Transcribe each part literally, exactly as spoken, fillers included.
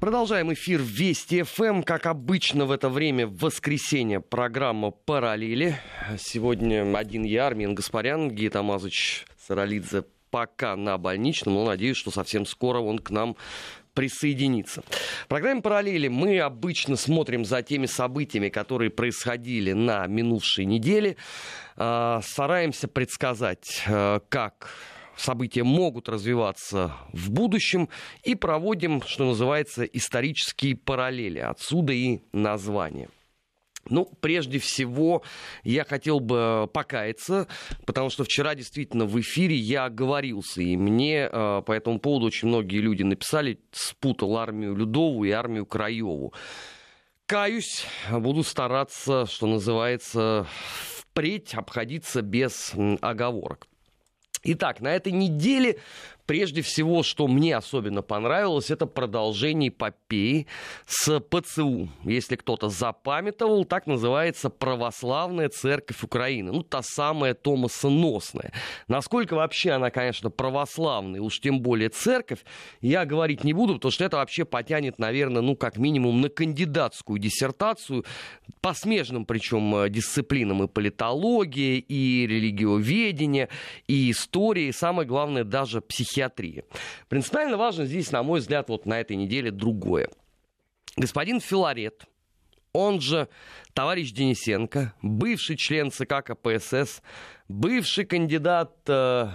Продолжаем эфир Вести эф эм. Как обычно в это время, в воскресенье, программа «Параллели». Сегодня один я, Армин Гаспарян, Гия Тамазович Саралидзе пока на больничном, но надеюсь, что совсем скоро он к нам присоединиться. В программе «Параллели» мы обычно смотрим за теми событиями, которые происходили на минувшей неделе. Стараемся предсказать, как события могут развиваться в будущем, и проводим, что называется, исторические параллели. Отсюда и название. Ну, прежде всего, я хотел бы покаяться, потому что вчера действительно в эфире я оговорился, и мне э, по этому поводу очень многие люди написали, спутал армию Людову и армию Краеву. Каюсь, буду стараться, что называется, впредь обходиться без оговорок. Итак, на этой неделе, прежде всего, что мне особенно понравилось, это продолжение эпопеи с пэ цэ у. Если кто-то запамятовал, так называется Православная Церковь Украины. Ну, та самая томасоносная. Насколько вообще она, конечно, православная, уж тем более церковь, я говорить не буду, потому что это вообще потянет, наверное, ну, как минимум на кандидатскую диссертацию, по смежным, причем, дисциплинам: и политология, и религиоведение, и история, и самое главное, даже психиатрия. Принципиально важно здесь, на мой взгляд, вот на этой неделе другое. Господин Филарет, он же товарищ Денисенко, бывший член ЦК ка пэ эс эс, бывший кандидат э,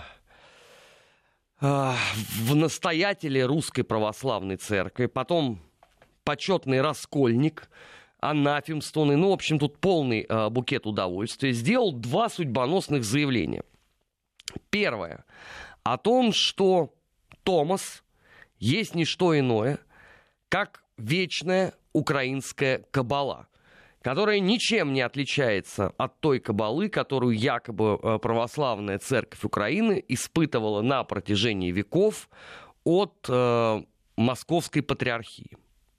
э, в настоятели Русской Православной Церкви, потом почетный раскольник, анафемствованный, ну, в общем, тут полный э, букет удовольствия, сделал два судьбоносных заявления. Первое. О том, что Томос есть не что иное, как вечная украинская кабала, которая ничем не отличается от той кабалы, которую якобы православная церковь Украины испытывала на протяжении веков от э, Московской патриархии.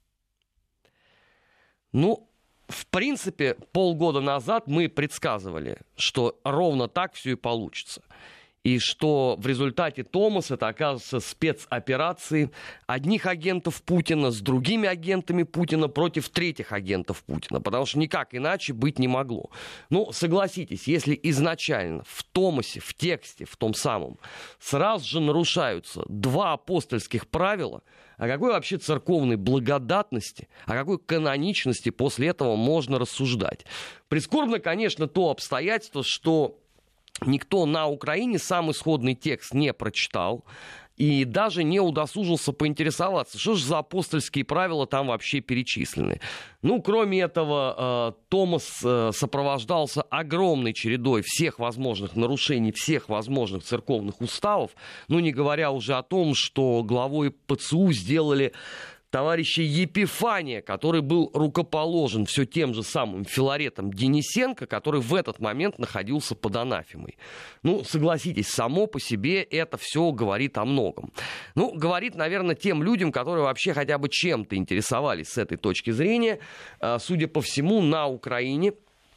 Ну, в принципе, полгода назад мы предсказывали, что ровно так все и получится. И что в результате Томоса это окажется спецоперацией одних агентов Путина с другими агентами Путина против третьих агентов Путина. Потому что никак иначе быть не могло. Ну, согласитесь, если изначально в Томосе, в тексте, в том самом, сразу же нарушаются два апостольских правила, о какой вообще церковной благодатности, о какой каноничности после этого можно рассуждать? Прискорбно, конечно, то обстоятельство, что никто на Украине сам исходный текст не прочитал и даже не удосужился поинтересоваться, что же за апостольские правила там вообще перечислены. Ну, кроме этого, Томос сопровождался огромной чередой всех возможных нарушений, всех возможных церковных уставов, ну, не говоря уже о том, что главой пэ цэ у сделали товарища Епифания, который был рукоположен все тем же самым Филаретом Денисенко, который в этот момент находился под анафемой. Ну, согласитесь, само по себе это все говорит о многом. Ну, говорит, наверное, тем людям, которые вообще хотя бы чем-то интересовались с этой точки зрения. Судя по всему, на Украине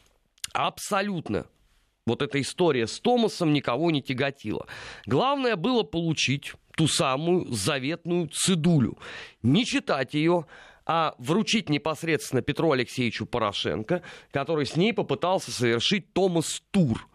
абсолютно вот эта история с Томосом никого не тяготила. Главное было получить ту самую заветную цедулю. Не читать ее, а вручить непосредственно Петру Алексеевичу Порошенко, который с ней попытался совершить Томос-тур.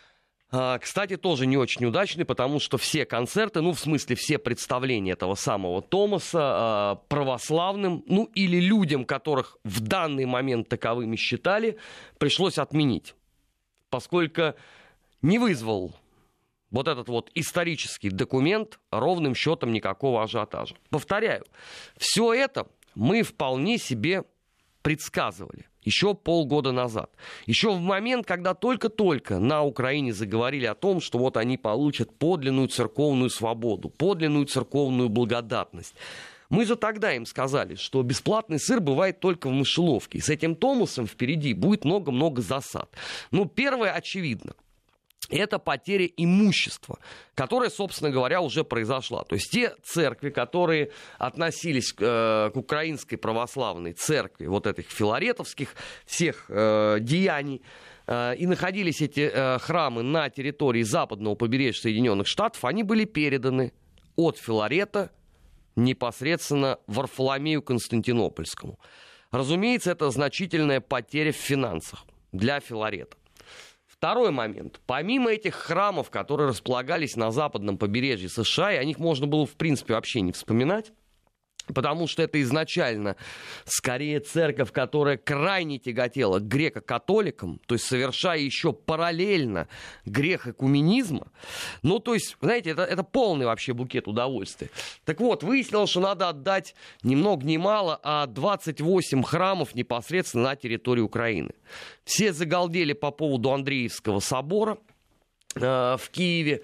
Кстати, тоже не очень удачный, потому что все концерты, ну, в смысле, все представления этого самого Томоса православным, ну, или людям, которых в данный момент таковыми считали, пришлось отменить, поскольку не вызвал вот этот вот исторический документ ровным счетом никакого ажиотажа. Повторяю, все это мы вполне себе предсказывали еще полгода назад. Еще в момент, когда только-только на Украине заговорили о том, что вот они получат подлинную церковную свободу, подлинную церковную благодатность. Мы же тогда им сказали, что бесплатный сыр бывает только в мышеловке. И с этим Томосом впереди будет много-много засад. Ну, первое очевидно. Это потеря имущества, которая, собственно говоря, уже произошла. То есть те церкви, которые относились э, к украинской православной церкви, вот этих филаретовских всех э, деяний, э, и находились эти э, храмы на территории западного побережья Соединенных Штатов, они были переданы от Филарета непосредственно Варфоломею Константинопольскому. Разумеется, это значительная потеря в финансах для Филарета. Второй момент. Помимо этих храмов, которые располагались на западном побережье США, и о них можно было, в принципе, вообще не вспоминать, потому что это изначально скорее церковь, которая крайне тяготела к греко-католикам, то есть совершая еще параллельно грех экуменизма. Ну, то есть, знаете, это, это полный вообще букет удовольствия. Так вот, выяснилось, что надо отдать ни много ни мало, а двадцать восемь храмов непосредственно на территории Украины. Все загалдели по поводу Андреевского собора э, в Киеве,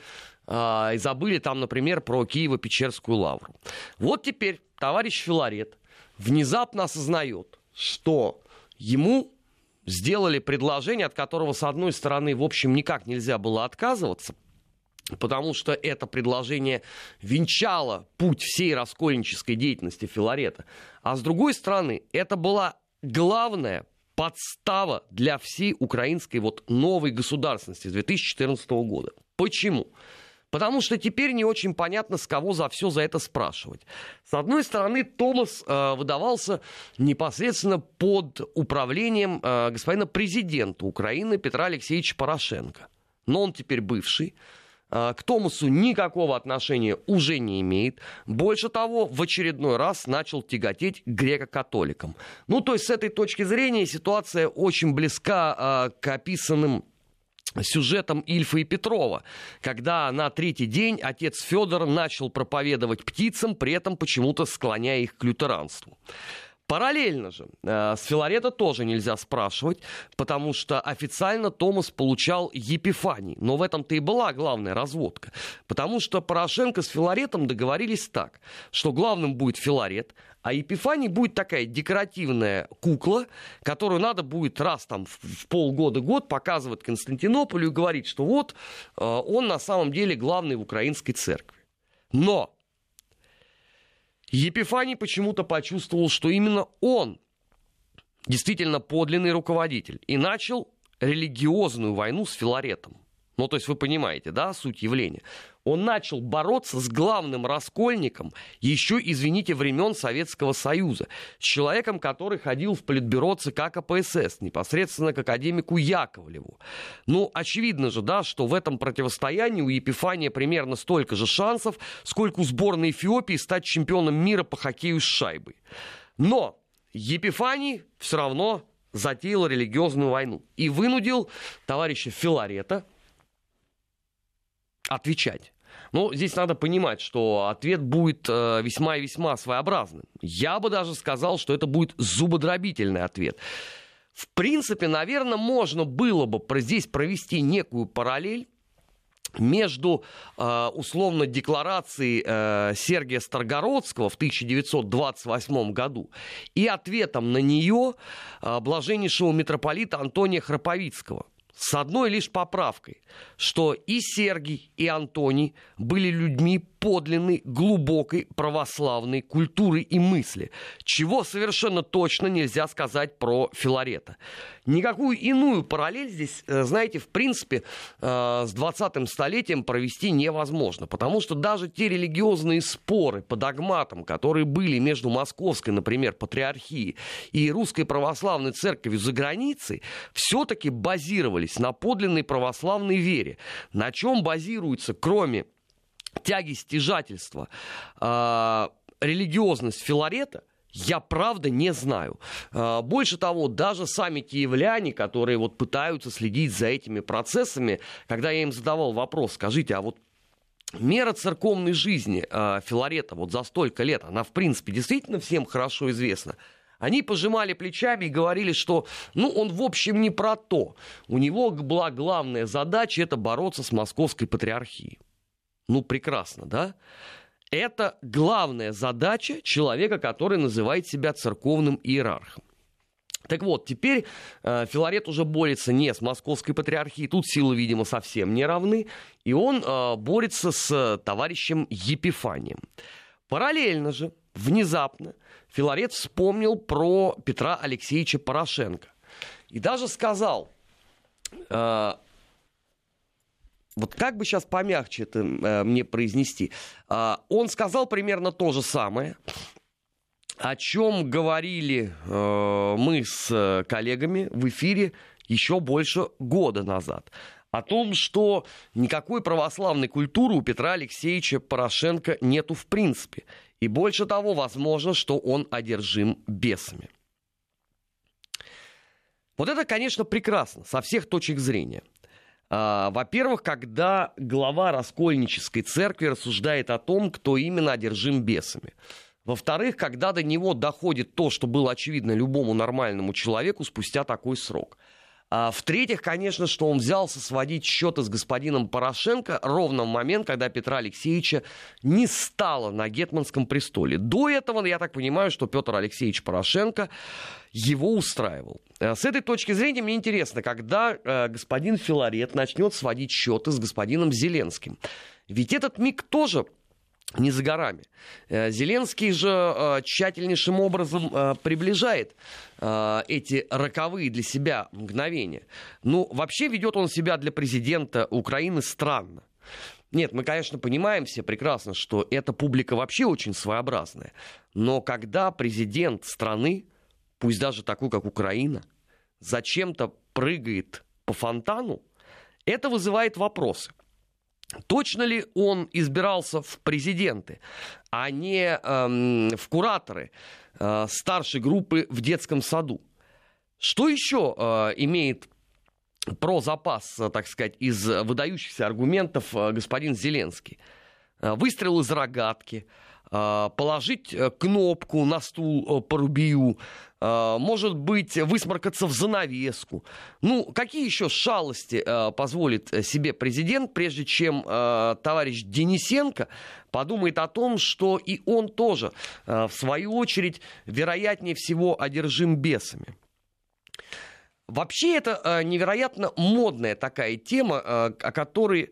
и забыли там, например, про Киево-Печерскую лавру. Вот теперь товарищ Филарет внезапно осознает, что ему сделали предложение, от которого, с одной стороны, в общем, никак нельзя было отказываться, потому что это предложение венчало путь всей раскольнической деятельности Филарета, а с другой стороны, это была главная подстава для всей украинской вот новой государственности с две тысячи четырнадцатого года. Почему? Потому что теперь не очень понятно, с кого за все за это спрашивать. С одной стороны, Томос э, выдавался непосредственно под управлением э, господина президента Украины Петра Алексеевича Порошенко. Но он теперь бывший. Э, к Томосу никакого отношения уже не имеет. Больше того, в очередной раз начал тяготеть к греко-католикам. Ну, то есть, с этой точки зрения ситуация очень близка э, к описанным сюжетом Ильфа и Петрова, когда на третий день отец Федор начал проповедовать птицам, при этом почему-то склоняя их к лютеранству. Параллельно же э, с Филарета тоже нельзя спрашивать, потому что официально Томос получал епифаний. Но в этом-то и была главная разводка. Потому что Порошенко с Филаретом договорились так, что главным будет Филарет, а Епифаний будет такая декоративная кукла, которую надо будет раз там в, в полгода-год показывать Константинополю и говорить, что вот э, он на самом деле главный в украинской церкви. Но Епифаний почему-то почувствовал, что именно он действительно подлинный руководитель и начал религиозную войну с Филаретом. Ну, то есть вы понимаете, да, суть явления. Он начал бороться с главным раскольником еще, извините, времен Советского Союза. С человеком, который ходил в политбюро ЦК КПСС, непосредственно к академику Яковлеву. Ну, очевидно же, да, что в этом противостоянии у Епифания примерно столько же шансов, сколько у сборной Эфиопии стать чемпионом мира по хоккею с шайбой. Но Епифаний все равно затеял религиозную войну и вынудил товарища Филарета отвечать. Но здесь надо понимать, что ответ будет э, весьма и весьма своеобразным. Я бы даже сказал, что это будет зубодробительный ответ. В принципе, наверное, можно было бы здесь провести некую параллель между э, условно декларацией э, Сергия Старгородского в тысяча девятьсот двадцать восьмом году и ответом на нее э, блаженнейшего митрополита Антония Храповицкого. С одной лишь поправкой, что и Сергий, и Антоний были людьми подлинной, глубокой православной культуры и мысли, чего совершенно точно нельзя сказать про Филарета. Никакую иную параллель здесь, знаете, в принципе, с двадцатым столетием провести невозможно, потому что даже те религиозные споры по догматам, которые были между Московской, например, патриархией и Русской православной церковью за границей, все-таки базировались на подлинной православной вере. На чем базируется, кроме тяги стяжательства, э, религиозность Филарета, я правда не знаю. Э, больше того, даже сами киевляне, которые вот пытаются следить за этими процессами, когда я им задавал вопрос, скажите, а вот мера церковной жизни э, Филарета вот за столько лет, она в принципе действительно всем хорошо известна. Они пожимали плечами и говорили, что, ну, он, в общем, не про то. У него была главная задача — это бороться с Московской патриархией. Ну, прекрасно, да? Это главная задача человека, который называет себя церковным иерархом. Так вот, теперь э, Филарет уже борется не с Московской патриархией, тут силы, видимо, совсем не равны, и он э, борется с товарищем Епифанием. Параллельно же, внезапно, Филарет вспомнил про Петра Алексеевича Порошенко. И даже сказал, э, вот как бы сейчас помягче это э, мне произнести. Э, он сказал примерно то же самое, о чем говорили э, мы с коллегами в эфире еще больше года назад. О том, что никакой православной культуры у Петра Алексеевича Порошенко нету в принципе. И больше того, возможно, что он одержим бесами. Вот это, конечно, прекрасно со всех точек зрения. А, во-первых, когда глава Раскольнической церкви рассуждает о том, кто именно одержим бесами. Во-вторых, когда до него доходит то, что было очевидно любому нормальному человеку спустя такой срок. А в-третьих, конечно, что он взялся сводить счеты с господином Порошенко ровно в момент, когда Петра Алексеевича не стало на гетманском престоле. До этого, я так понимаю, что Петр Алексеевич Порошенко его устраивал. С этой точки зрения мне интересно, когда э, господин Филарет начнет сводить счеты с господином Зеленским. Ведь этот миг тоже не за горами. Зеленский же э, тщательнейшим образом э, приближает э, эти роковые для себя мгновения. Ну, вообще ведет он себя для президента Украины странно. Нет, мы, конечно, понимаем все прекрасно, что эта публика вообще очень своеобразная. Но когда президент страны, пусть даже такой, как Украина, зачем-то прыгает по фонтану, это вызывает вопросы. Точно ли он избирался в президенты, а не эм, в кураторы э, старшей группы в детском саду? Что еще э, имеет про запас, так сказать, из выдающихся аргументов э, господин Зеленский? Э, выстрел из рогатки, э, положить кнопку на стул э, по рубию, э, может быть, высморкаться в занавеску. Ну, какие еще шалости э, позволит себе президент, прежде чем э, товарищ Денисенко подумает о том, что и он тоже, э, в свою очередь, вероятнее всего одержим бесами? Вообще это э, невероятно модная такая тема, э, о которой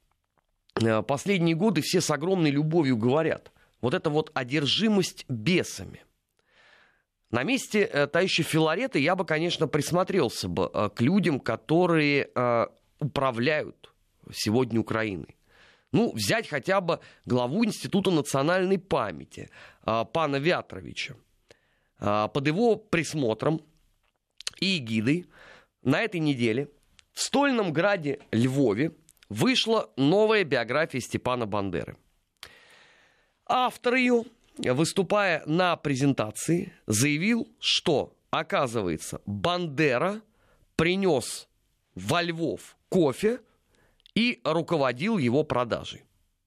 э, последние годы все с огромной любовью говорят. Вот это вот одержимость бесами. На месте э, товарища Филарета я бы, конечно, присмотрелся бы э, к людям, которые э, управляют сегодня Украиной. Ну, взять хотя бы главу Института национальной памяти э, пана Вятровича. Э, под его присмотром и эгидой на этой неделе в Стольном Граде Львове вышла новая биография Степана Бандеры. Автор ее, выступая на презентации, заявил, что, оказывается, Бандера принес во Львов кофе и руководил его продажей.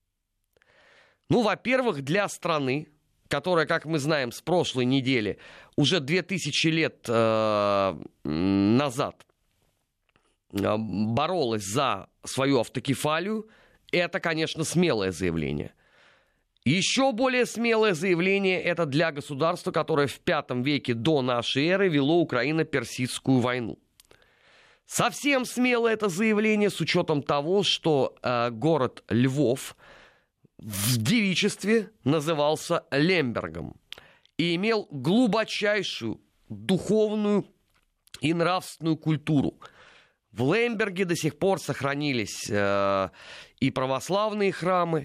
Ну, во-первых, для страны, которая, как мы знаем, с прошлой недели уже две тысячи лет э, назад э, боролась за свою автокефалию, это, конечно, смелое заявление. Еще более смелое заявление это для государства, которое в пятом веке до нашей эры вело Украино-Персидскую войну. Совсем смелое это заявление с учетом того, что э, город Львов в девичестве назывался Лембергом и имел глубочайшую духовную и нравственную культуру. В Лемберге до сих пор сохранились э, и православные храмы,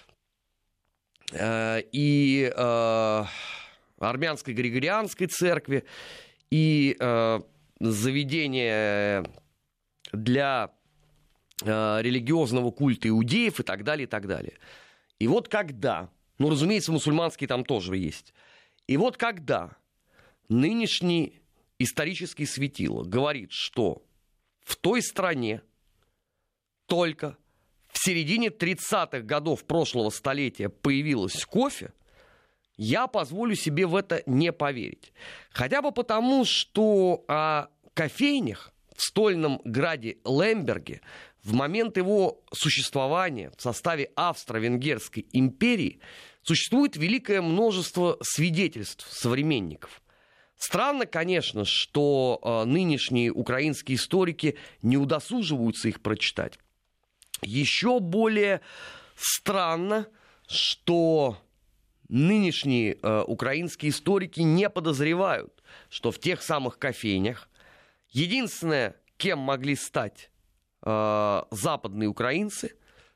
э, и э, армянской григорианской церкви, и э, заведения для э, религиозного культа иудеев и так далее, и так далее. И вот когда, ну, разумеется, мусульманские там тоже есть, и вот когда нынешний исторический светило говорит, что в той стране только в середине тридцатых годов прошлого столетия появилось кофе, я позволю себе в это не поверить. Хотя бы потому, что о кофейнях в Стольном Граде Лемберге в момент его существования в составе Австро-Венгерской империи существует великое множество свидетельств современников. Странно, конечно, что э, нынешние украинские историки не удосуживаются их прочитать. Еще более странно, что нынешние э, украинские историки не подозревают, что в тех самых кофейнях единственное, кем могли стать э, западные украинцы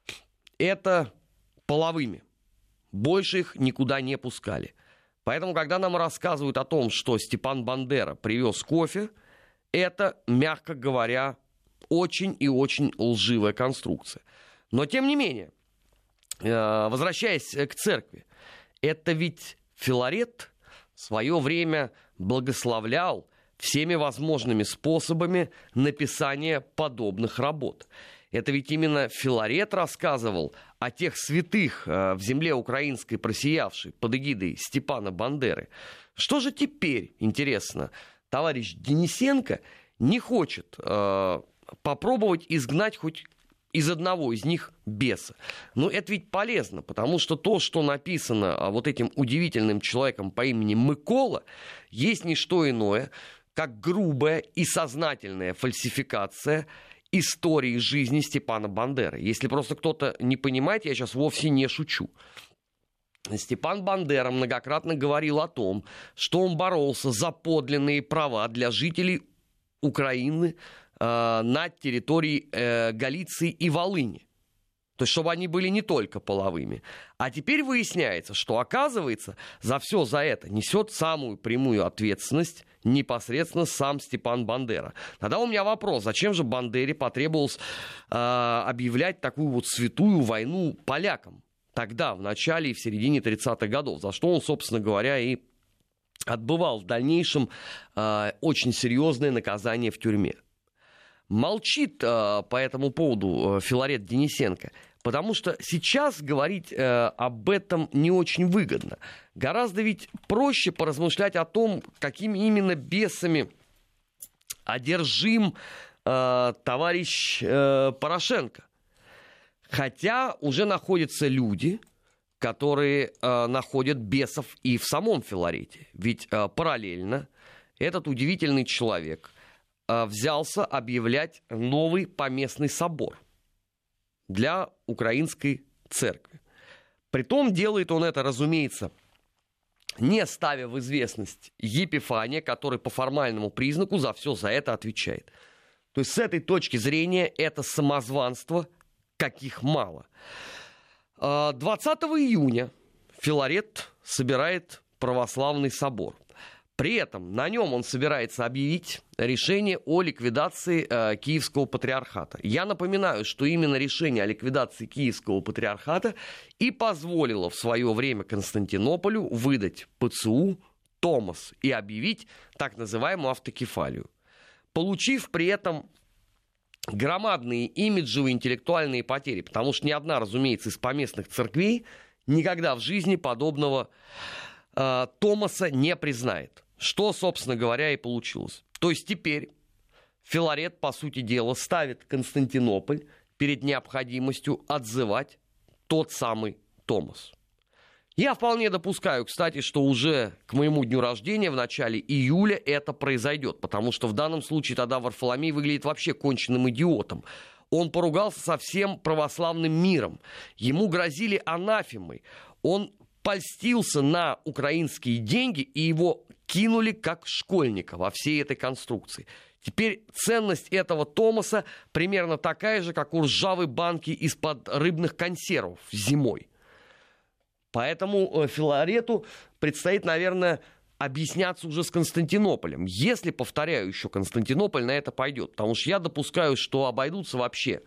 это половыми. Больше их никуда не пускали. Поэтому, когда нам рассказывают о том, что Степан Бандера привез кофе, это, мягко говоря, очень и очень лживая конструкция. Но, тем не менее, возвращаясь к церкви, это ведь Филарет в свое время благословлял всеми возможными способами написания подобных работ. Это ведь именно Филарет рассказывал о тех святых в земле украинской просиявшей под эгидой Степана Бандеры. Что же теперь, интересно, товарищ Денисенко не хочет э, попробовать изгнать хоть из одного из них беса? Но это ведь полезно, потому что то, что написано вот этим удивительным человеком по имени Микола, есть не что иное, как грубая и сознательная фальсификация истории жизни Степана Бандеры. Если просто кто-то не понимает, я сейчас вовсе не шучу. Степан Бандера многократно говорил о том, что он боролся за подлинные права для жителей Украины э, на территории э, Галиции и Волыни. То есть, чтобы они были не только половыми. А теперь выясняется, что, оказывается, за все за это несет самую прямую ответственность непосредственно сам Степан Бандера. Тогда у меня вопрос, зачем же Бандере потребовалось э, объявлять такую вот святую войну полякам? Тогда, в начале и в середине тридцатых годов, за что он, собственно говоря, и отбывал в дальнейшем э, очень серьезное наказание в тюрьме. Молчит э, по этому поводу э, Филарет Денисенко, потому что сейчас говорить э, об этом не очень выгодно. Гораздо ведь проще поразмышлять о том, какими именно бесами одержим э, товарищ э, Порошенко. Хотя уже находятся люди, которые э, находят бесов и в самом Филарете. Ведь э, параллельно этот удивительный человек э, взялся объявлять новый поместный собор для украинской церкви. Притом делает он это, разумеется, не ставя в известность Епифания, который по формальному признаку за все за это отвечает. То есть с этой точки зрения это самозванство, каких мало. двадцатого июня Филарет собирает православный собор. При этом на нем он собирается объявить решение о ликвидации э, Киевского патриархата. Я напоминаю, что именно решение о ликвидации Киевского патриархата и позволило в свое время Константинополю выдать ПЦУ Томос и объявить так называемую автокефалию, получив при этом громадные имиджевые интеллектуальные потери, потому что ни одна, разумеется, из поместных церквей никогда в жизни подобного э, Томоса не признает. Что, собственно говоря, и получилось. То есть теперь Филарет, по сути дела, ставит Константинополь перед необходимостью отзывать тот самый Томос. Я вполне допускаю, кстати, что уже к моему дню рождения в начале июля это произойдет, потому что в данном случае тогда Варфоломей выглядит вообще конченным идиотом. Он поругался со всем православным миром, ему грозили анафемой, он польстился на украинские деньги, и его кинули как школьника во всей этой конструкции. Теперь ценность этого Томоса примерно такая же, как у ржавой банки из-под рыбных консервов зимой. Поэтому Филарету предстоит, наверное, объясняться уже с Константинополем. Если, повторяю, еще Константинополь на это пойдет. Потому что я допускаю, что обойдутся вообще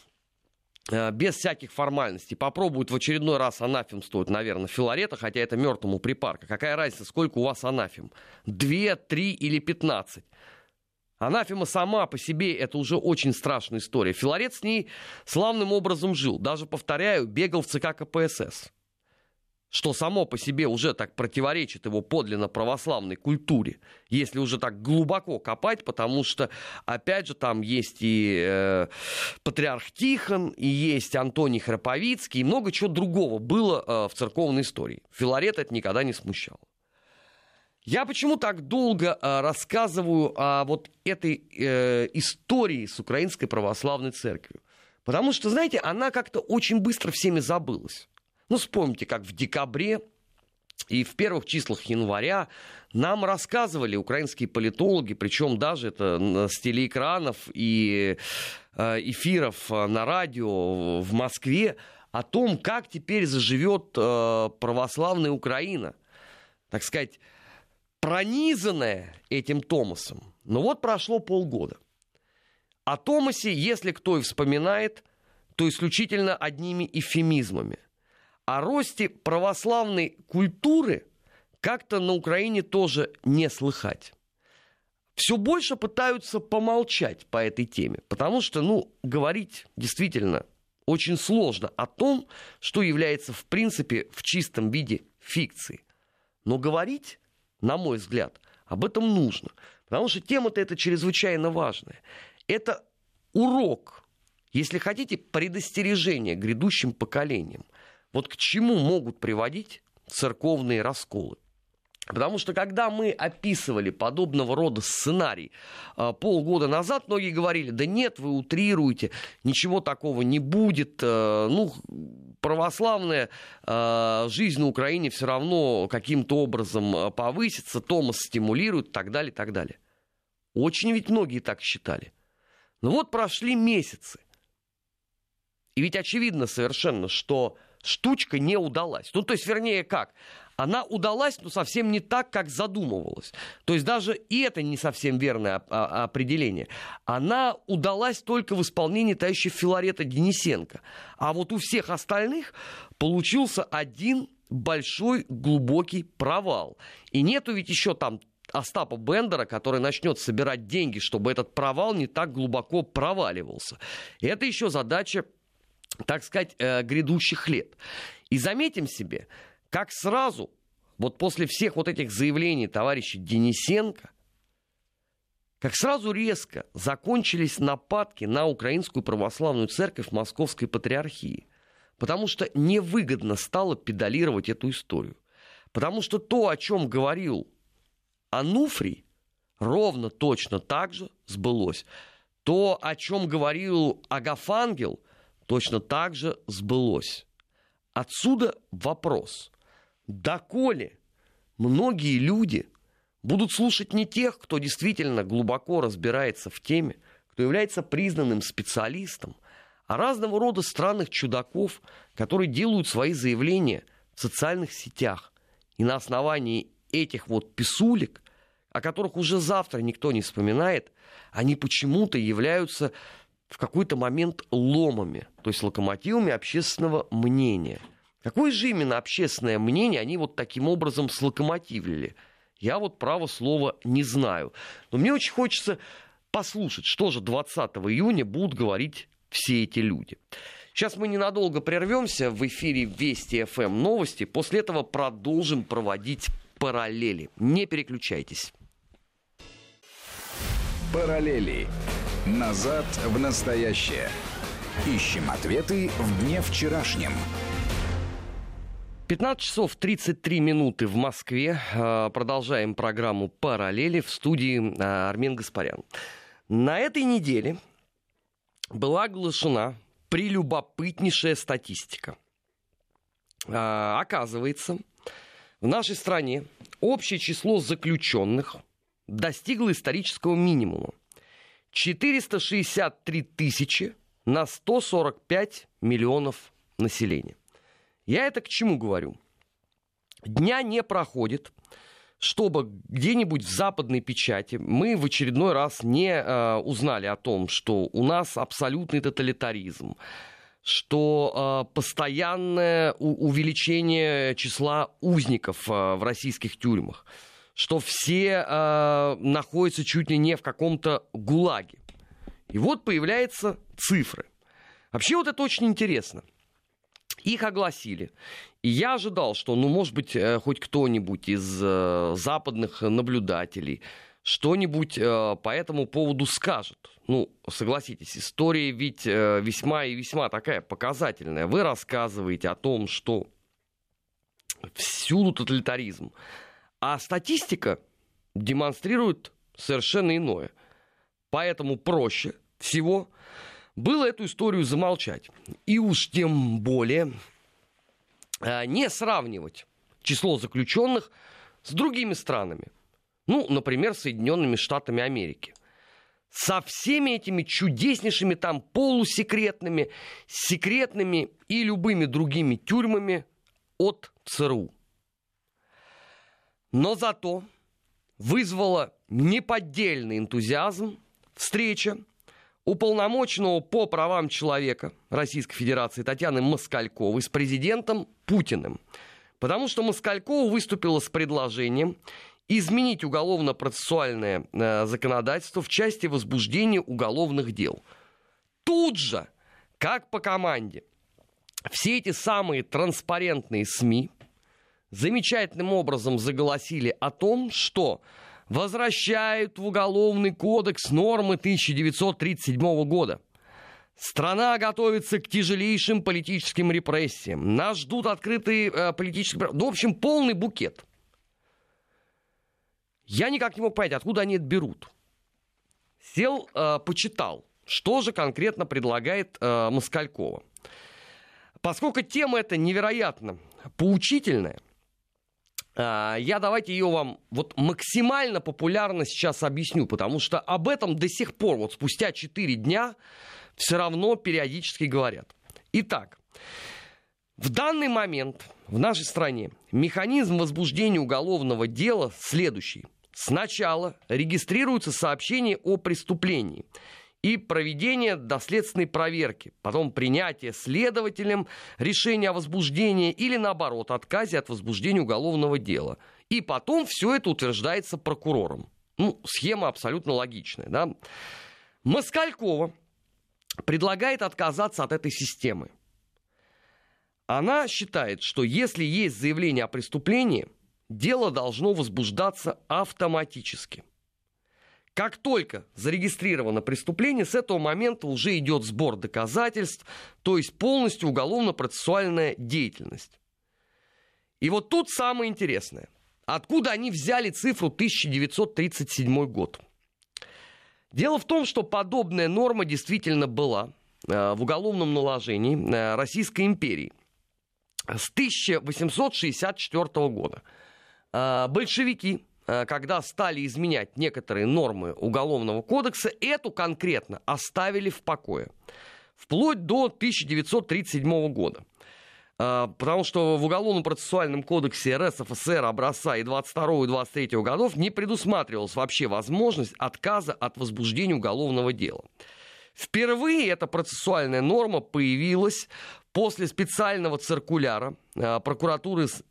без всяких формальностей. Попробуют в очередной раз анафемствовать, наверное, Филарета, хотя это мертвому припарка. Какая разница, сколько у вас анафем? Две, три или пятнадцать? Анафема сама по себе это уже очень страшная история. Филарет с ней славным образом жил. Даже, повторяю, бегал в ЦК КПСС. Что само по себе уже так противоречит его подлинно православной культуре, если уже так глубоко копать, потому что, опять же, там есть и э, патриарх Тихон, и есть Антоний Храповицкий, и много чего другого было э, в церковной истории. Филарет это никогда не смущало. Я почему так долго э, рассказываю о вот этой э, истории с Украинской Православной Церковью? Потому что, знаете, она как-то очень быстро всеми забылась. Ну, вспомните, как в декабре И в первых числах января нам рассказывали украинские политологи, причем даже это с телеэкранов и эфиров на радио в Москве, о том, как теперь заживет православная Украина, так сказать, пронизанная этим Томосом. Но вот прошло полгода. О Томосе, если кто и вспоминает, то исключительно одними эвфемизмами. О росте православной культуры как-то на Украине тоже не слыхать. Все больше пытаются помолчать по этой теме, потому что, ну, говорить действительно очень сложно о том, что является, в принципе, в чистом виде фикцией. Но говорить, на мой взгляд, об этом нужно, потому что тема-то эта чрезвычайно важная. Это урок, если хотите, предостережение грядущим поколениям. Вот к чему могут приводить церковные расколы. Потому что когда мы описывали подобного рода сценарий э, полгода назад, многие говорили, да нет, вы утрируете, ничего такого не будет, э, ну, православная э, жизнь на Украине все равно каким-то образом повысится, Томос стимулирует и так далее, и так далее. Очень ведь многие так считали. Но вот прошли месяцы. И ведь очевидно совершенно, что штучка не удалась. Ну, то есть, вернее, как? Она удалась, но совсем не так, как задумывалась. То есть, даже и это не совсем верное определение. Она удалась только в исполнении товарища Филарета Денисенко. А вот у всех остальных получился один большой глубокий провал. И нету ведь еще там Остапа Бендера, который начнет собирать деньги, чтобы этот провал не так глубоко проваливался. И это еще задача, так сказать, грядущих лет. И заметим себе, как сразу, вот после всех вот этих заявлений товарища Денисенко, как сразу резко закончились нападки на Украинскую православную церковь Московской Патриархии. Потому что невыгодно стало педалировать эту историю. Потому что то, о чем говорил Ануфрий, ровно точно так же сбылось. То, о чем говорил Агафангел, точно так же сбылось. Отсюда вопрос. Доколе многие люди будут слушать не тех, кто действительно глубоко разбирается в теме, кто является признанным специалистом, а разного рода странных чудаков, которые делают свои заявления в социальных сетях. И на основании этих вот писулек, о которых уже завтра никто не вспоминает, они почему-то являются в какой-то момент ломами, то есть локомотивами общественного мнения. Какое же именно общественное мнение они вот таким образом слокомотивили? Я вот, право слова, не знаю. Но мне очень хочется послушать, что же двадцатого июня будут говорить все эти люди. Сейчас мы ненадолго прервемся. В эфире Вести эф эм новости. После этого продолжим проводить параллели. Не переключайтесь. Параллели. Назад в настоящее. Ищем ответы в дне вчерашнем. пятнадцать часов тридцать три минуты в Москве. Продолжаем программу «Параллели» в студии Армен Гаспарян. На этой неделе была оглашена прелюбопытнейшая статистика. Оказывается, в нашей стране общее число заключенных достигло исторического минимума. четыреста шестьдесят три тысячи на сто сорок пять миллионов населения. Я это к чему говорю? Дня не проходит, чтобы где-нибудь в западной печати мы в очередной раз не э, узнали о том, что у нас абсолютный тоталитаризм, что э, постоянное у- увеличение числа узников э, в российских тюрьмах, что все э, находятся чуть ли не в каком-то гулаге. И вот появляются цифры. Вообще вот это очень интересно. Их огласили. И я ожидал, что, ну, может быть, э, хоть кто-нибудь из э, западных наблюдателей что-нибудь э, по этому поводу скажет. Ну, согласитесь, история ведь э, весьма и весьма такая показательная. Вы рассказываете о том, что всюду тоталитаризм. А статистика демонстрирует совершенно иное. Поэтому проще всего было эту историю замолчать. И уж тем более не сравнивать число заключенных с другими странами. Ну, например, Соединенными Штатами Америки. Со всеми этими чудеснейшими там полусекретными, секретными и любыми другими тюрьмами от ЦРУ. Но зато вызвала неподдельный энтузиазм встреча уполномоченного по правам человека Российской Федерации Татьяны Москальковой с президентом Путиным. Потому что Москалькова выступила с предложением изменить уголовно-процессуальное э, законодательство в части возбуждения уголовных дел. Тут же, как по команде, все эти самые транспарентные СМИ замечательным образом заголосили о том, что возвращают в Уголовный кодекс нормы тысяча девятьсот тридцать седьмого года. Страна готовится к тяжелейшим политическим репрессиям. Нас ждут открытые э, политические... Ну, в общем, полный букет. Я никак не мог понять, откуда они это берут. Сел, э, почитал, что же конкретно предлагает э, Москалькова. Поскольку тема эта невероятно поучительная, э, я давайте ее вам вот максимально популярно сейчас объясню, потому что об этом до сих пор, вот спустя четыре дня, все равно периодически говорят. Итак, в данный момент в нашей стране механизм возбуждения уголовного дела следующий. Сначала регистрируется сообщение о преступлении и проведение доследственной проверки, потом принятие следователем решения о возбуждении или, наоборот, отказе от возбуждения уголовного дела. И потом все это утверждается прокурором. Ну, схема абсолютно логичная, да? Москалькова предлагает отказаться от этой системы. Она считает, что если есть заявление о преступлении, дело должно возбуждаться автоматически. Как только зарегистрировано преступление, с этого момента уже идет сбор доказательств, то есть полностью уголовно-процессуальная деятельность. И вот тут самое интересное. Откуда они взяли цифру тысяча девятьсот тридцать седьмой год? Дело в том, что подобная норма действительно была э, в уголовном наложении э, Российской империи с тысяча восемьсот шестьдесят четвёртого года. Э, большевики, э, когда стали изменять некоторые нормы Уголовного кодекса, эту конкретно оставили в покое. Вплоть до тысяча девятьсот тридцать седьмого года. Потому что в Уголовно-процессуальном кодексе эр эс эф эс эр образца и двадцать второго и двадцать третьего годов не предусматривалась вообще возможность отказа от возбуждения уголовного дела. Впервые эта процессуальная норма появилась после специального циркуляра прокуратуры эс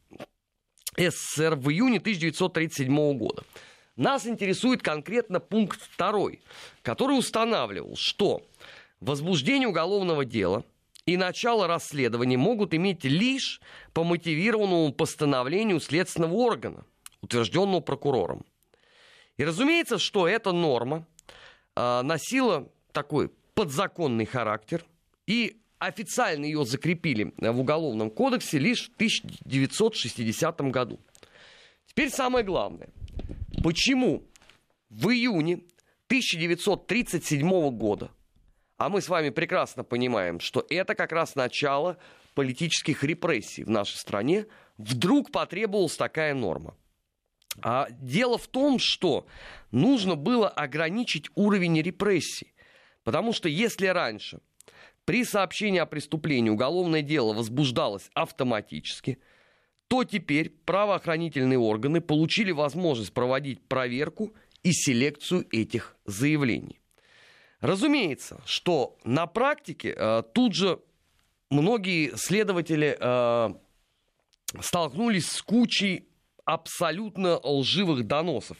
эс эс эр в июне тысяча девятьсот тридцать седьмого года. Нас интересует конкретно пункт второй, который устанавливал, что возбуждение уголовного дела и начало расследования могут иметь лишь по мотивированному постановлению следственного органа, утвержденного прокурором. И разумеется, что эта норма э, носила такой подзаконный характер, и официально ее закрепили в Уголовном кодексе лишь в тысяча девятьсот шестидесятом году. Теперь самое главное. Почему в июне тысяча девятьсот тридцать седьмого года, а мы с вами прекрасно понимаем, что это как раз начало политических репрессий в нашей стране, вдруг потребовалась такая норма? А дело в том, что нужно было ограничить уровень репрессий. Потому что если раньше при сообщении о преступлении уголовное дело возбуждалось автоматически, то теперь правоохранительные органы получили возможность проводить проверку и селекцию этих заявлений. Разумеется, что на практике э, тут же многие следователи э, столкнулись с кучей абсолютно лживых доносов.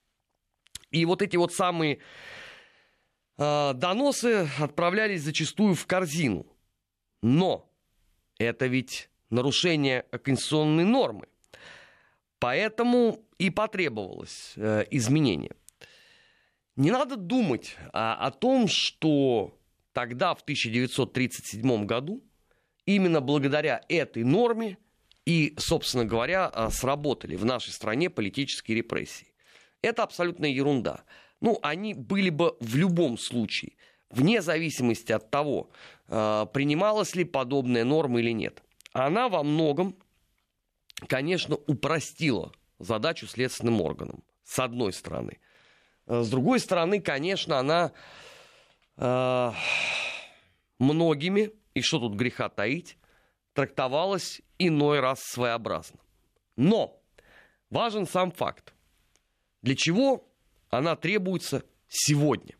И вот эти вот самые э, доносы отправлялись зачастую в корзину. Но это ведь нарушение конституционной нормы. Поэтому и потребовалось э, изменение. Не надо думать а, о том, что тогда, в тысяча девятьсот тридцать седьмом году, именно благодаря этой норме и, собственно говоря, сработали в нашей стране политические репрессии. Это абсолютная ерунда. Ну, они были бы в любом случае, вне зависимости от того, принималась ли подобная норма или нет. Она во многом конечно, упростила задачу следственным органам, с одной стороны. С другой стороны, конечно, она э, многими, и что тут греха таить, трактовалась иной раз своеобразно. Но важен сам факт. Для чего она требуется сегодня?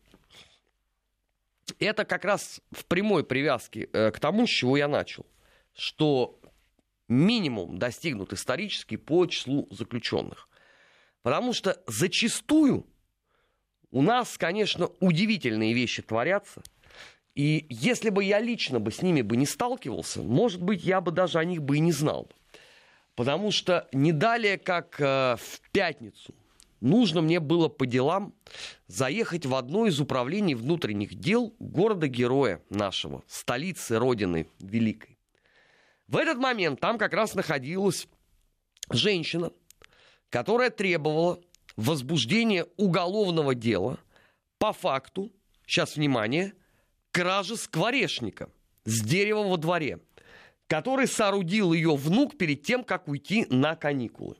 Это как раз в прямой привязке э, к тому, с чего я начал. Что минимум достигнут исторически по числу заключенных. Потому что зачастую у нас, конечно, удивительные вещи творятся. И если бы я лично бы с ними бы не сталкивался, может быть, я бы даже о них бы и не знал. Потому что не далее, как э, в пятницу, нужно мне было по делам заехать в одно из управлений внутренних дел города-героя нашего, столицы Родины Великой. В этот момент там как раз находилась женщина, которая требовала возбуждения уголовного дела по факту, сейчас внимание, кражи скворечника с дерева во дворе, который соорудил ее внук перед тем, как уйти на каникулы.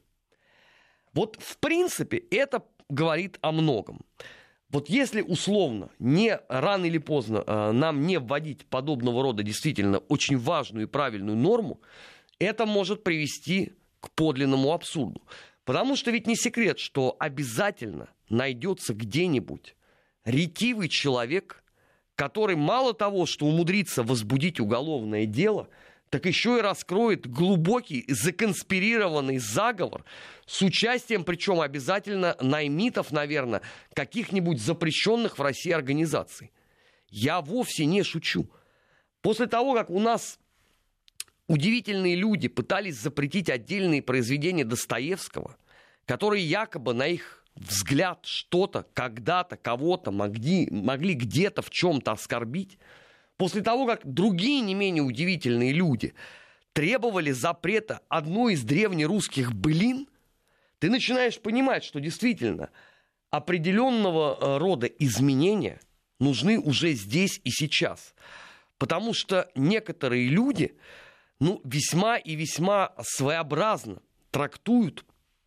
Вот в принципе это говорит о многом. Вот если условно, не рано или поздно э, нам не вводить подобного рода действительно очень важную и правильную норму, это может привести к подлинному абсурду. Потому что ведь не секрет, что обязательно найдется где-нибудь ретивый человек, который мало того, что умудрится возбудить уголовное дело, так еще и раскроет глубокий законспирированный заговор с участием, причем обязательно наймитов, наверное, каких-нибудь запрещенных в России организаций. Я вовсе не шучу. После того, как у нас удивительные люди пытались запретить отдельные произведения Достоевского, которые якобы на их взгляд что-то, когда-то, кого-то могли, могли где-то в чем-то оскорбить, после того, как другие не менее удивительные люди требовали запрета одной из древнерусских былин, ты начинаешь понимать, что действительно определенного рода изменения нужны уже здесь и сейчас. Потому что некоторые люди, ну, весьма и весьма своеобразно трактуют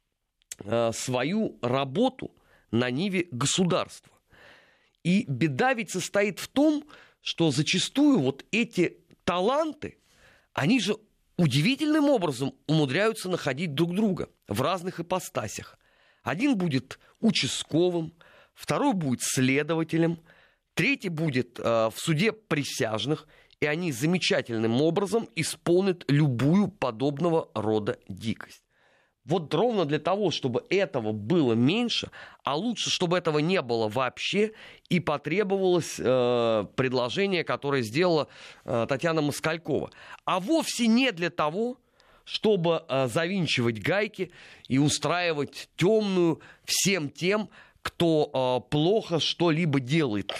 э, свою работу на ниве государства. И беда ведь состоит в том, что зачастую вот эти таланты, они же удивительным образом умудряются находить друг друга в разных ипостасях. Один будет участковым, второй будет следователем, третий будет э, в суде присяжных, и они замечательным образом исполнят любую подобного рода дикость. Вот ровно для того, чтобы этого было меньше, а лучше, чтобы этого не было вообще, и потребовалось э, предложение, которое сделала э, Татьяна Москалькова. А вовсе не для того, чтобы э, завинчивать гайки и устраивать темную всем тем, кто э, плохо что-либо делает.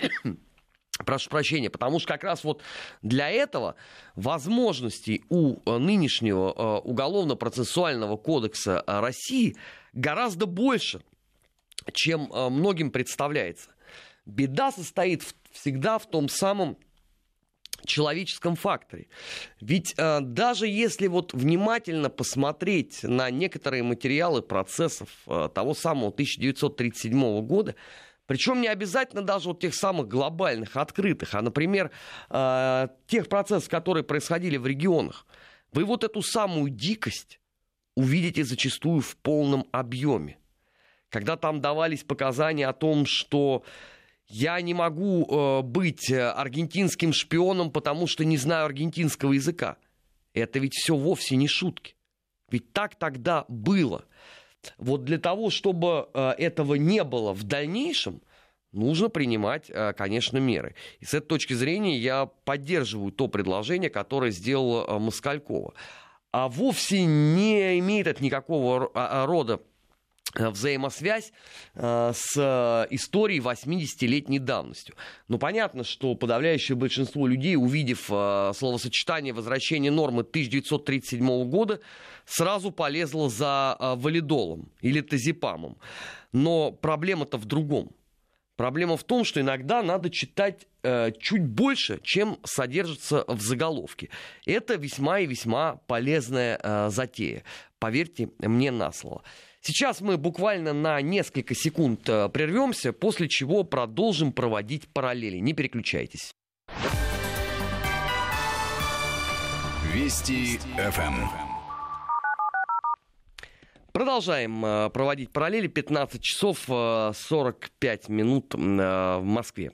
Прошу прощения, потому что как раз вот для этого возможностей у нынешнего уголовно-процессуального кодекса России гораздо больше, чем многим представляется. Беда состоит всегда в том самом человеческом факторе. Ведь э, даже если вот внимательно посмотреть на некоторые материалы процессов э, того самого тысяча девятьсот тридцать седьмого года, причем не обязательно даже вот тех самых глобальных, открытых, а, например, э, тех процессов, которые происходили в регионах, вы вот эту самую дикость увидите зачастую в полном объеме. Когда там давались показания о том, что я не могу э, быть аргентинским шпионом, потому что не знаю аргентинского языка. Это ведь все вовсе не шутки. Ведь так тогда было. Вот для того, чтобы э, этого не было в дальнейшем, нужно принимать, э, конечно, меры. И с этой точки зрения я поддерживаю то предложение, которое сделала э, Москалькова. А вовсе не имеет это никакого рода взаимосвязь э, с э, историей восьмидесятилетней давностью. Ну, понятно, что подавляющее большинство людей, увидев э, словосочетание «возвращение нормы» тысяча девятьсот тридцать седьмого года, сразу полезло за э, валидолом или тазепамом. Но проблема-то в другом. Проблема в том, что иногда надо читать э, чуть больше, чем содержится в заголовке. Это весьма и весьма полезная э, затея. Поверьте мне на слово. Сейчас мы буквально на несколько секунд э, прервемся, после чего продолжим проводить параллели. Не переключайтесь. Вести эф эм. Продолжаем э, проводить параллели. пятнадцать часов э, сорок пять минут э, в Москве.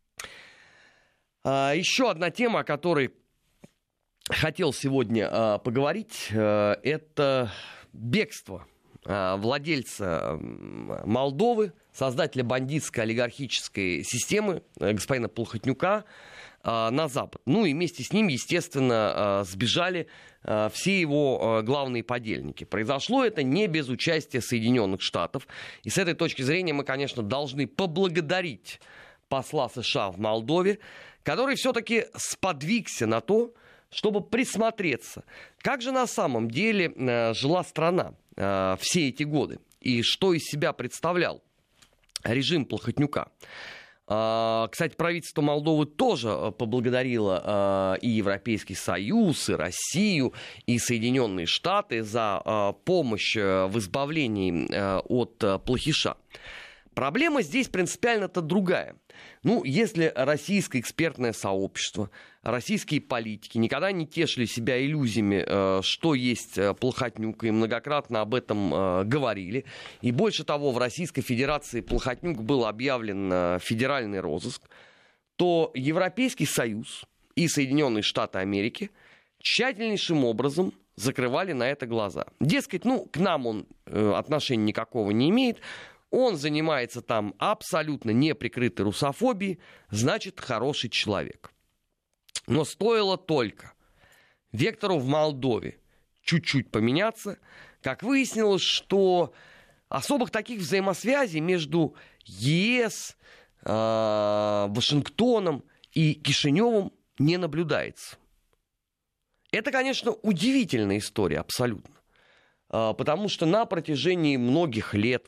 Э, еще одна тема, о которой хотел сегодня э, поговорить, э, это бегство э, владельца Молдовы, создателя бандитской олигархической системы, э, господина Плохотнюка, э, на Запад. Ну и вместе с ним, естественно, э, сбежали все его главные подельники. Произошло это не без участия Соединенных Штатов. И с этой точки зрения мы, конечно, должны поблагодарить посла США в Молдове, который все-таки сподвигся на то, чтобы присмотреться, как же на самом деле жила страна все эти годы и что из себя представлял режим Плохотнюка. Кстати, правительство Молдовы тоже поблагодарило и Европейский Союз, и Россию, и Соединенные Штаты за помощь в избавлении от плохиша. Проблема здесь принципиально-то другая. Ну, если российское экспертное сообщество, российские политики никогда не тешили себя иллюзиями, что есть Плохотнюк, и многократно об этом говорили, и больше того, в Российской Федерации Плохотнюк был объявлен федеральный розыск, то Европейский Союз и Соединенные Штаты Америки тщательнейшим образом закрывали на это глаза. Дескать, ну, к нам он отношения никакого не имеет, он занимается там абсолютно неприкрытой русофобией, значит, хороший человек. Но стоило только вектору в Молдове чуть-чуть поменяться, как выяснилось, что особых таких взаимосвязей между ЕС, э, Вашингтоном и Кишиневым не наблюдается. Это, конечно, удивительная история абсолютно, э, потому что на протяжении многих лет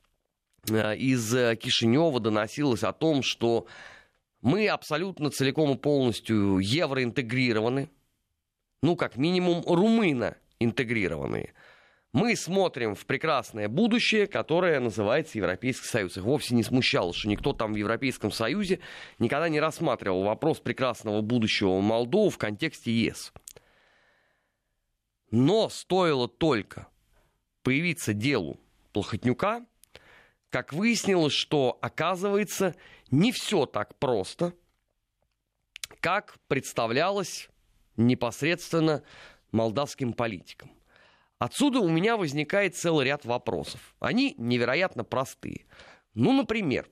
из Кишинева доносилось о том, что мы абсолютно целиком и полностью евроинтегрированы, ну, как минимум, румыно-интегрированные. Мы смотрим в прекрасное будущее, которое называется Европейский Союз. Их вовсе не смущало, что никто там в Европейском Союзе никогда не рассматривал вопрос прекрасного будущего Молдовы в контексте ЕС. Но стоило только появиться делу Плохотнюка, как выяснилось, что, оказывается, не все так просто, как представлялось непосредственно молдавским политикам. Отсюда у меня возникает целый ряд вопросов. Они невероятно простые. Ну, например,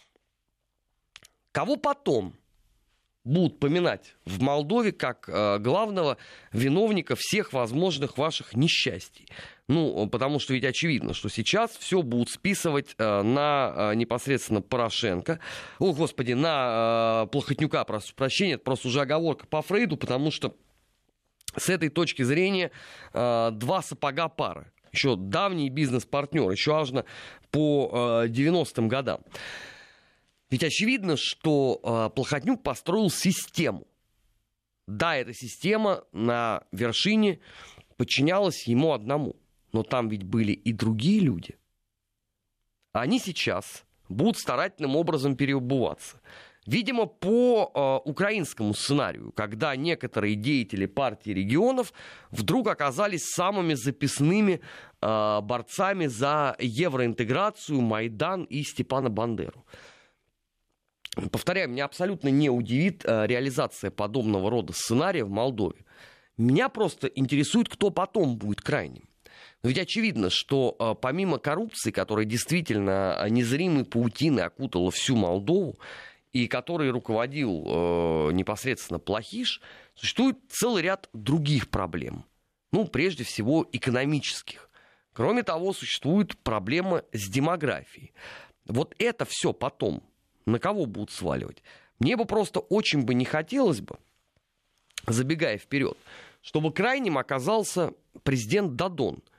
кого потом будут поминать в Молдове как э, главного виновника всех возможных ваших несчастий? Ну, потому что ведь очевидно, что сейчас все будут списывать э, на э, непосредственно Порошенко. О, господи, на э, Плохотнюка, прошу прощения, это просто уже оговорка по Фрейду, потому что с этой точки зрения э, два сапога пары. Еще давний бизнес-партнер, еще аж по э, девяностым годам. Ведь очевидно, что э, Плохотнюк построил систему. Да, эта система на вершине подчинялась ему одному. Но там ведь были и другие люди. Они сейчас будут старательным образом переобуваться. Видимо, по э, украинскому сценарию, когда некоторые деятели партии регионов вдруг оказались самыми записными э, борцами за евроинтеграцию, Майдан и Степана Бандеру. Повторяю, меня абсолютно не удивит э, реализация подобного рода сценария в Молдове. Меня просто интересует, кто потом будет крайним. Но ведь очевидно, что э, помимо коррупции, которая действительно незримой паутиной окутала всю Молдову, и которой руководил э, непосредственно Плохиш, существует целый ряд других проблем. Ну, прежде всего, экономических. Кроме того, существует проблема с демографией. Вот это все потом на кого будут сваливать? Мне бы просто очень бы не хотелось бы, забегая вперед, чтобы крайним оказался президент Дадон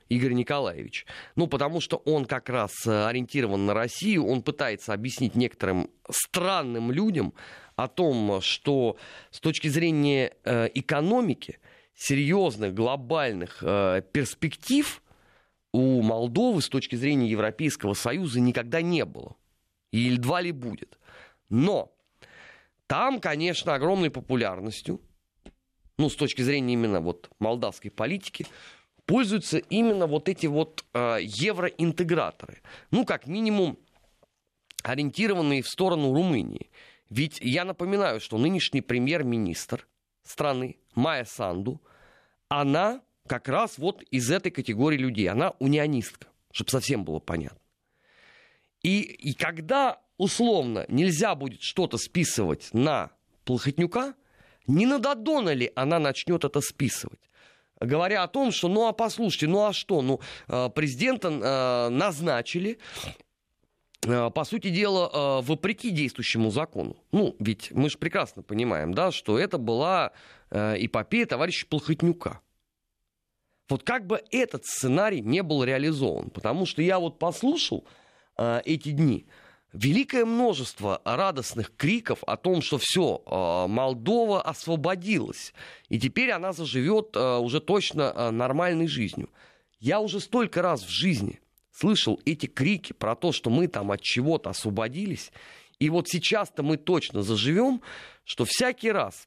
Игорь Николаевич. Ну, потому что он как раз ориентирован на Россию, он пытается объяснить некоторым странным людям о том, что с точки зрения э, экономики, серьезных глобальных э, перспектив у Молдовы с точки зрения Европейского Союза никогда не было. И едва ли будет. Но там, конечно, огромной популярностью, ну, с точки зрения именно вот молдавской политики, пользуются именно вот эти вот э, евроинтеграторы. Ну, как минимум, ориентированные в сторону Румынии. Ведь я напоминаю, что нынешний премьер-министр страны Майя Санду, она как раз вот из этой категории людей. Она унионистка, чтобы совсем было понятно. И, и когда условно нельзя будет что-то списывать на Плохотнюка, не на Додона ли она начнет это списывать? Говоря о том, что, ну а послушайте, ну а что, ну президента назначили, по сути дела, вопреки действующему закону. Ну, ведь мы же прекрасно понимаем, да, что это была эпопея товарища Плохотнюка. Вот как бы этот сценарий не был реализован, потому что я вот послушал эти дни великое множество радостных криков о том, что все, Молдова освободилась, и теперь она заживет уже точно нормальной жизнью. Я уже столько раз в жизни слышал эти крики про то, что мы там от чего-то освободились, и вот сейчас-то мы точно заживем, что всякий раз,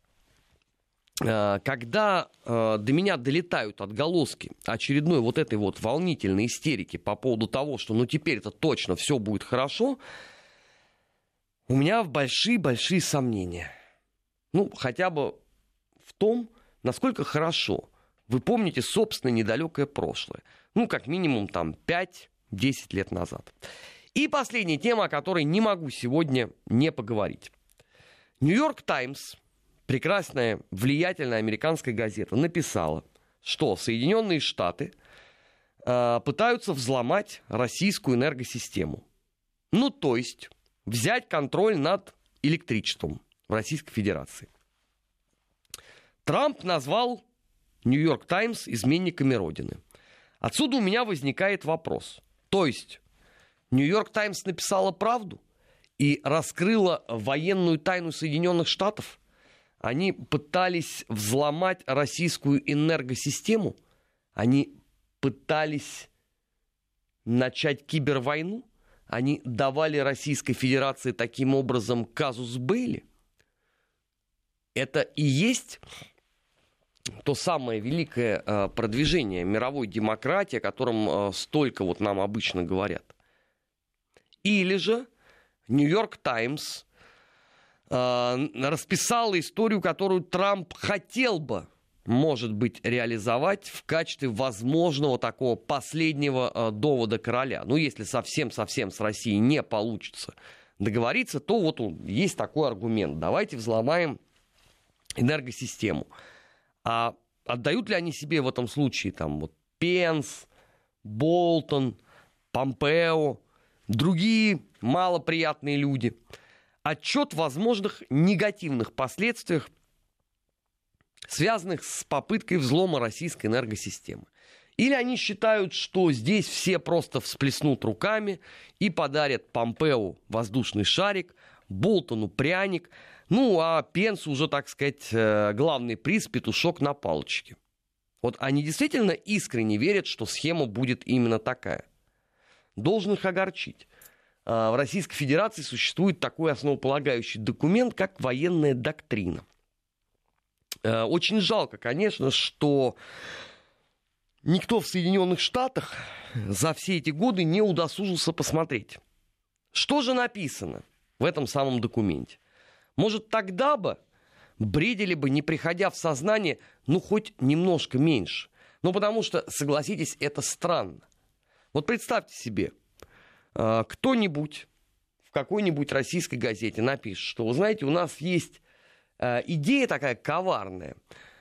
когда до меня долетают отголоски очередной вот этой вот волнительной истерики по поводу того, что ну теперь-то точно все будет хорошо, у меня большие-большие сомнения. Ну, хотя бы в том, насколько хорошо вы помните собственное недалекое прошлое. Ну, как минимум, там, пять-десять лет назад. И последняя тема, о которой не могу сегодня не поговорить. Нью-Йорк Таймс, прекрасная, влиятельная американская газета, написала, что Соединенные Штаты э, пытаются взломать российскую энергосистему. Ну, то есть взять контроль над электричеством в Российской Федерации. Трамп назвал Нью-Йорк Таймс изменниками Родины. Отсюда у меня возникает вопрос. То есть Нью-Йорк Таймс написала правду и раскрыла военную тайну Соединенных Штатов? Они пытались взломать российскую энергосистему? Они пытались начать кибервойну? Они давали Российской Федерации таким образом казус белли? Это и есть то самое великое э, продвижение мировой демократии, о котором э, столько вот нам обычно говорят. Или же Нью-Йорк Таймс э, расписала историю, которую Трамп хотел бы, может быть, реализовать в качестве возможного такого последнего э, довода короля. Ну, если совсем-совсем с Россией не получится договориться, то вот он, есть такой аргумент. Давайте взломаем энергосистему. А отдают ли они себе в этом случае там вот Пенс, Болтон, Помпео, другие малоприятные люди отчет в возможных негативных последствиях, связанных с попыткой взлома российской энергосистемы? Или они считают, что здесь все просто всплеснут руками и подарят Помпео воздушный шарик, Болтону пряник, ну а Пенсу уже, так сказать, главный приз — петушок на палочке? Вот они действительно искренне верят, что схема будет именно такая? Должен их огорчить. В Российской Федерации существует такой основополагающий документ, как военная доктрина. Очень жалко, конечно, что никто в Соединенных Штатах за все эти годы не удосужился посмотреть, что же написано в этом самом документе. Может, тогда бы бредили бы, не приходя в сознание, ну, хоть немножко меньше. Ну, потому что, согласитесь, это странно. Вот представьте себе, кто-нибудь в какой-нибудь российской газете напишет, что, вы знаете, у нас есть идея такая коварная,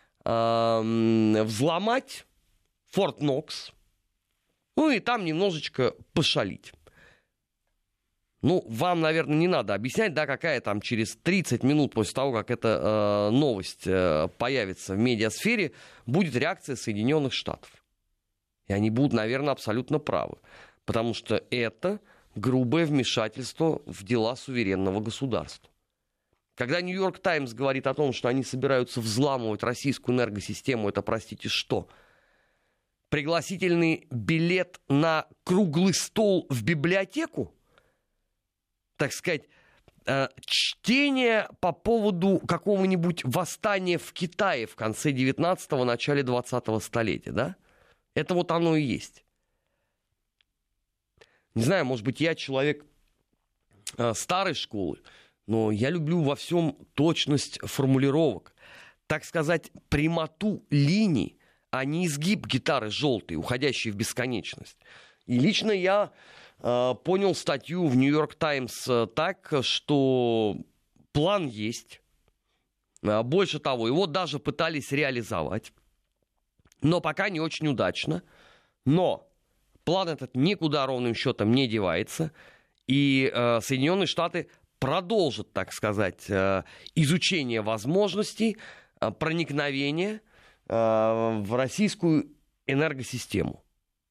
взломать Форт Нокс, ну, и там немножечко пошалить. Ну, вам, наверное, не надо объяснять, да, какая там через тридцать минут после того, как эта э, новость э, появится в медиасфере, будет реакция Соединенных Штатов. И они будут, наверное, абсолютно правы. Потому что это грубое вмешательство в дела суверенного государства. Когда «Нью-Йорк Таймс» говорит о том, что они собираются взламывать российскую энергосистему, это, простите, что? Пригласительный билет на круглый стол в библиотеку? Так сказать, чтение по поводу какого-нибудь восстания в Китае в конце девятнадцатого, начале двадцатого столетия, да? Это вот оно и есть. Не знаю, может быть, я человек э, старой школы, но я люблю во всем точность формулировок. Так сказать, прямоту линий, а не изгиб гитары желтой, уходящей в бесконечность. И лично я э, понял статью в «Нью-Йорк Таймс» так, что план есть. Э, больше того, его даже пытались реализовать. Но пока не очень удачно. Но план этот никуда ровным счетом не девается. И э, Соединенные Штаты продолжат, так сказать, э, изучение возможностей э, проникновения э, в российскую энергосистему.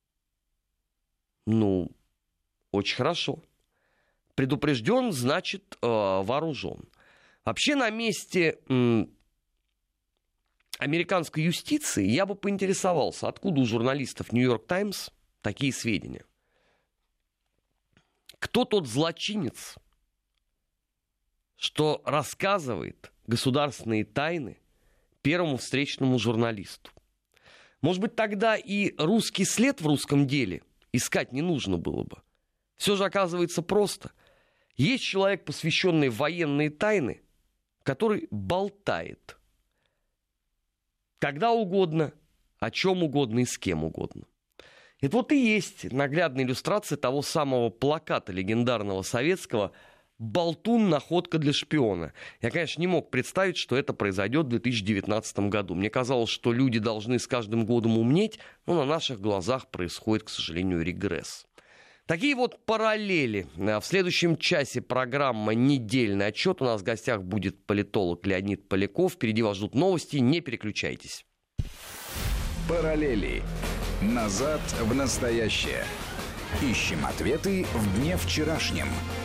Ну, очень хорошо. Предупрежден, значит, э, вооружен. Вообще на месте э, американской юстиции я бы поинтересовался, откуда у журналистов «Нью-Йорк Таймс» такие сведения. Кто тот злочинец, что рассказывает государственные тайны первому встречному журналисту? Может быть, тогда и русский след в русском деле искать не нужно было бы. Все же оказывается просто. Есть человек, посвященный в военные тайны, который болтает когда угодно, о чем угодно и с кем угодно. Это вот и есть наглядная иллюстрация того самого плаката легендарного советского «Болтун. Находка для шпиона». Я, конечно, не мог представить, что это произойдет в две тысячи девятнадцатом году. Мне казалось, что люди должны с каждым годом умнеть, но на наших глазах происходит, к сожалению, регресс. Такие вот параллели. В следующем часе программа «Недельный отчет». У нас в гостях будет политолог Леонид Поляков. Впереди вас ждут новости. Не переключайтесь. Параллели. Назад в настоящее. Ищем ответы в дне вчерашнем.